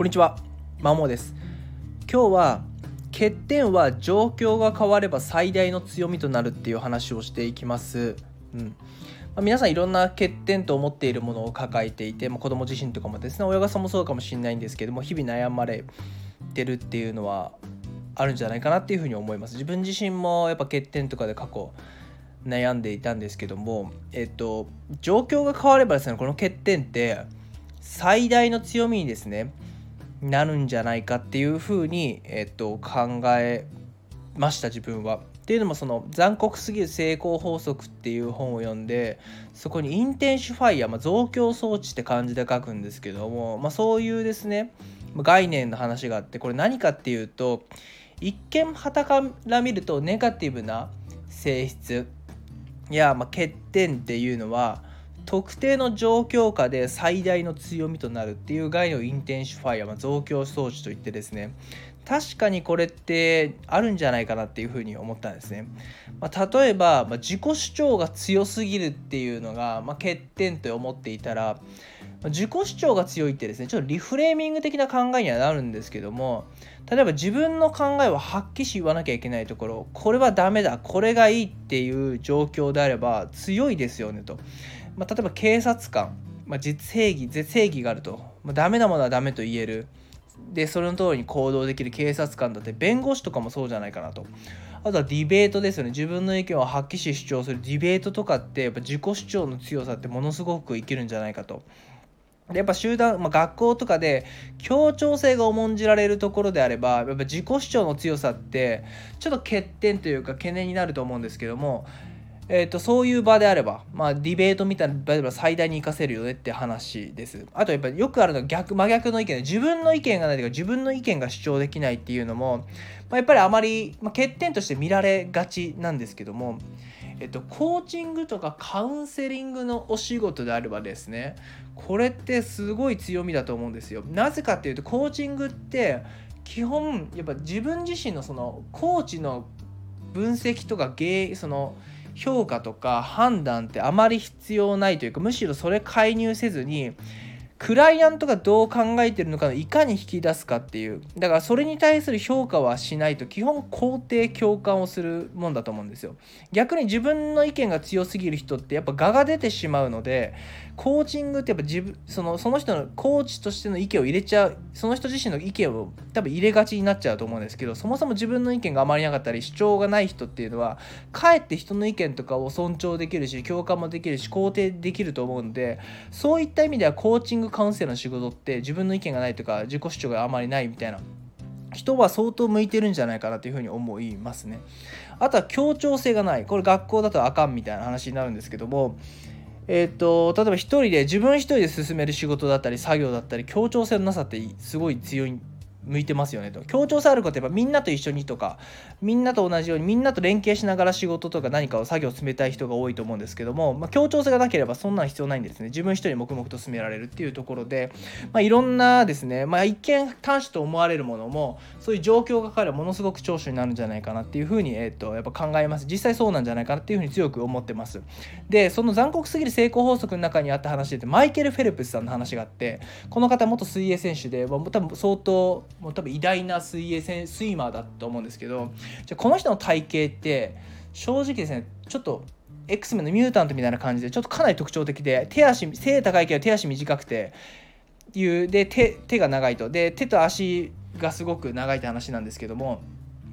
んにちは、まもです。今日は欠点は状況が変われば最大の強みとなるっていう話をしていきます。皆さんいろんな欠点と思っているものを抱えていて、子供自身とかもですね、親御さんもそうかもしれないんですけども、日々悩まれてるっていうのはあるんじゃないかなっていうふうに思います。自分自身もやっぱ欠点とかで過去悩んでいたんですけども、状況が変わればですね、この欠点って最大の強みにですねなるんじゃないかっていうふうに、考えました、自分は。っていうのも、その残酷すぎる成功法則っていう本を読んで、そこにインテンシファイア、増強装置って漢字で書くんですけども、そういうですね概念の話があって、これ何かっていうと、一見傍から見るとネガティブな性質や、欠点っていうのは特定の状況下で最大の強みとなるっていう概念をインテンシファイア、増強装置といってですね、確かにこれってあるんじゃないかなっていうふうに思ったんですね。例えば、自己主張が強すぎるっていうのが、欠点と思っていたら、自己主張が強いってですね、ちょっとリフレーミング的な考えにはなるんですけども、例えば自分の考えをはっきり言わなきゃいけないところ、これはダメだ、これがいいっていう状況であれば強いですよねと。例えば警察官、正義があると、ダメなものはダメと言える。でそれの通りに行動できる警察官だって、弁護士とかもそうじゃないかなと。あとはディベートですよね。自分の意見をはっきり主張するディベートとかって、やっぱ自己主張の強さってものすごく生きるんじゃないかと。でやっぱ集団、学校とかで協調性が重んじられるところであれば、やっぱ自己主張の強さってちょっと欠点というか懸念になると思うんですけども、そういう場であれば、ディベートみたいな場であれば最大に活かせるよねって話です。あとやっぱりよくあるのは真逆の意見で、自分の意見がないというか、自分の意見が主張できないっていうのも、やっぱりあまり、欠点として見られがちなんですけども、コーチングとかカウンセリングのお仕事であればですね、これってすごい強みだと思うんですよ。なぜかっていうと、コーチングって基本やっぱ自分自身のそのコーチの分析とかその評価とか判断ってあまり必要ないというか、むしろそれ介入せずにクライアントがどう考えてるのかのいかに引き出すかっていう、だからそれに対する評価はしないと、基本肯定共感をするもんだと思うんですよ。逆に自分の意見が強すぎる人ってやっぱ我が出てしまうので、コーチングってやっぱその人のコーチとしての意見を入れちゃう、その人自身の意見を多分入れがちになっちゃうと思うんですけど、そもそも自分の意見があまりなかったり主張がない人っていうのは、かえって人の意見とかを尊重できるし、共感もできるし、肯定できると思うんで、そういった意味ではコーチングカウンセラーの仕事って、自分の意見がないとか自己主張があまりないみたいな人は相当向いてるんじゃないかなというふうに思いますね。あとは協調性がない、これ学校だとあかんみたいな話になるんですけども、例えば自分一人で進める仕事だったり作業だったり、協調性のなさってすごい向いてますよねと。協調性あることはやっぱみんなと一緒にとか、みんなと同じようにみんなと連携しながら仕事とか何かを作業を進めたい人が多いと思うんですけども、協調性がなければそんなの必要ないんですね。自分一人黙々と進められるっていうところで、いろんなですね、一見短所と思われるものも、そういう状況が変わればものすごく長所になるんじゃないかなっていうふうに、やっぱ考えます。実際そうなんじゃないかなっていうふうに強く思ってます。でその残酷すぎる成功法則の中にあった話で、マイケル・フェルプスさんの話があって、この方元水泳選手で、多分相当偉大なスイマーだと思うんですけど、じゃあこの人の体型って正直ですね、ちょっと X メンのミュータントみたいな感じで、ちょっとかなり特徴的で、背高いけど手足短くてで手が長いと。で手と足がすごく長いって話なんですけども、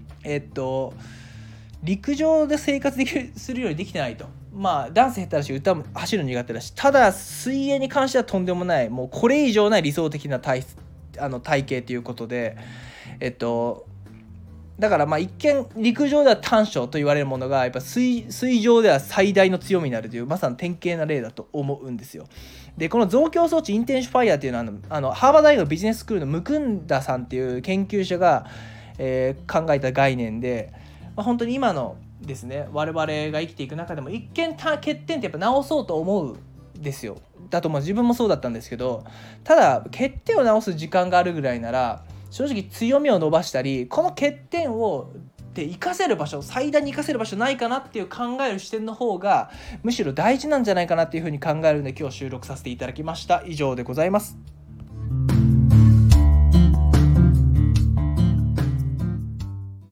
陸上で生活するようにできてないと。ダンス下手だし、歌も走るの苦手だし、ただ水泳に関してはとんでもない、もうこれ以上ない理想的な体型ということで、だから一見陸上では短所と言われるものが、やっぱ水上では最大の強みになるという、まさに典型な例だと思うんですよ。でこの増強装置インテンシファイアっていうのは、ハーバード大学ビジネススクールのムクンダさんっていう研究者が、考えた概念で、本当に今のですね、我々が生きていく中でも一見欠点ってやっぱ直そうと思うんですよ。だと自分もそうだったんですけど、ただ欠点を直す時間があるぐらいなら、正直強みを伸ばしたり、この欠点を活かせる場所、最大に活かせる場所ないかなっていう考える視点の方がむしろ大事なんじゃないかなっていうふうに考えるので、今日収録させていただきました。以上でございます。